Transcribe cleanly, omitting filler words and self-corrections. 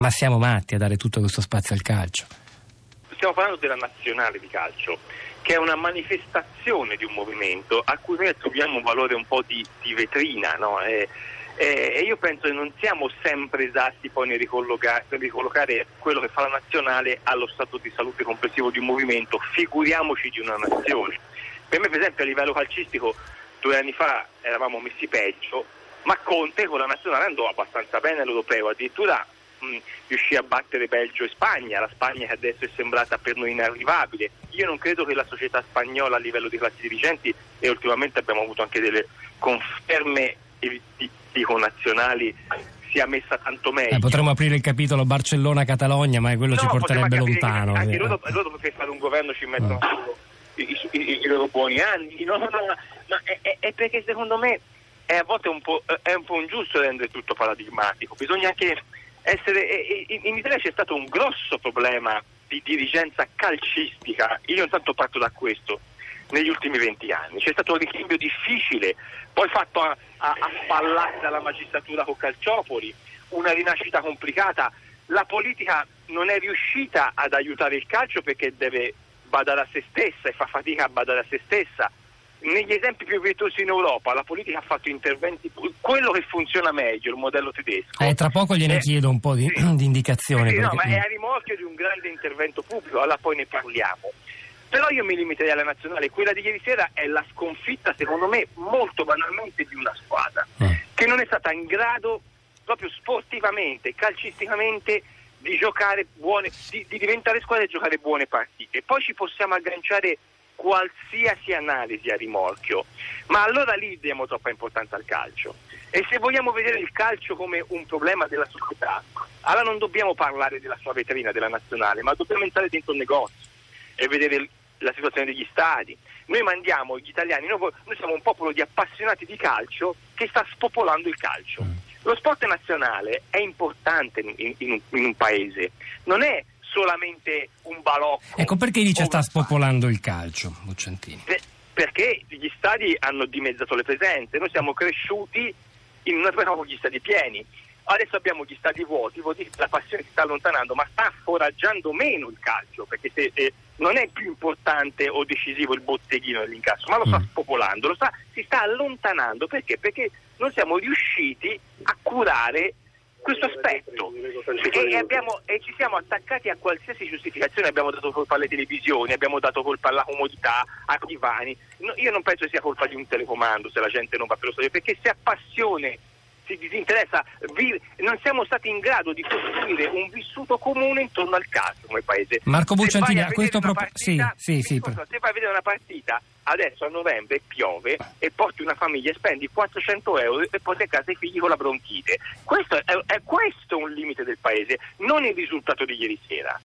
Ma siamo matti a dare tutto questo spazio al calcio? Stiamo parlando della nazionale di calcio, che è una manifestazione di un movimento a cui noi attribuiamo un valore un po' di vetrina, no? E io penso che non siamo sempre esatti poi nel ricollocare quello che fa la nazionale allo stato di salute complessivo di un movimento, figuriamoci di una nazione. Per me, per esempio, a livello calcistico 2 anni fa eravamo messi peggio, ma Conte con la nazionale andò abbastanza bene all'Europeo, addirittura riuscì a battere Belgio e Spagna, la Spagna che adesso è sembrata per noi inarrivabile. Io non credo che la società spagnola a livello di classi dirigenti, e ultimamente abbiamo avuto anche delle conferme dico nazionali, sia messa tanto meglio. Potremmo aprire il capitolo Barcellona-Catalogna, ma quello ci porterebbe lontano. Anche loro per fare un governo ci mettono i loro buoni anni. No, ma è perché secondo me è a volte un po' ingiusto rendere tutto paradigmatico. Bisogna anche essere. In Italia c'è stato un grosso problema di dirigenza calcistica. Io intanto parto da questo. Negli ultimi 20 anni c'è stato un ricambio difficile, poi fatto a spallate dalla magistratura con Calciopoli, una rinascita complicata. La politica non è riuscita ad aiutare il calcio perché deve badare a se stessa e fa fatica a badare a se stessa. Negli esempi più virtuosi in Europa la politica ha fatto interventi, quello che funziona meglio, il modello tedesco. Tra poco gliene chiedo un po' di indicazioni. Sì, perché... no, ma è a rimorchio di un grande intervento pubblico, allora poi ne parliamo. Però io mi limiterei alla nazionale. Quella di ieri sera è la sconfitta, secondo me, molto banalmente di una squadra che non è stata in grado, proprio sportivamente, calcisticamente, di giocare di diventare squadra e giocare buone partite. Poi ci possiamo agganciare qualsiasi analisi a rimorchio, ma allora lì diamo troppa importanza al calcio. E se vogliamo vedere il calcio come un problema della società, allora non dobbiamo parlare della sua vetrina, della nazionale, ma dobbiamo entrare dentro il negozio e vedere la situazione degli stadi. Noi mandiamo gli italiani, noi siamo un popolo di appassionati di calcio che sta spopolando il calcio. Lo sport nazionale è importante in un paese, non è solamente un balocco. Ecco, perché dice sta spopolando il calcio, Bucciantini? Perché gli stadi hanno dimezzato le presenze. Noi siamo cresciuti in un'epoca con gli stadi pieni. Adesso abbiamo gli stadi vuoti, vuol dire che la passione si sta allontanando, ma sta foraggiando meno il calcio, perché non è più importante o decisivo il botteghino dell'incasso, ma lo sta spopolando, si sta allontanando. Perché? Perché non siamo riusciti a curare questo aspetto e ci siamo attaccati a qualsiasi giustificazione. Abbiamo dato colpa alle televisioni, abbiamo dato colpa alla comodità, ai divani. Io non penso sia colpa di un telecomando se la gente non va per lo stadio, perché se ha passione, si disinteressa, non siamo stati in grado di costruire un vissuto comune intorno al calcio come paese. Marco Bucciantini, a questo proposito, se vai a vedere una partita adesso a novembre piove e porti una famiglia e spendi 400 euro e porti a casa i figli con la bronchite. Questo è un limite del paese, non il risultato di ieri sera.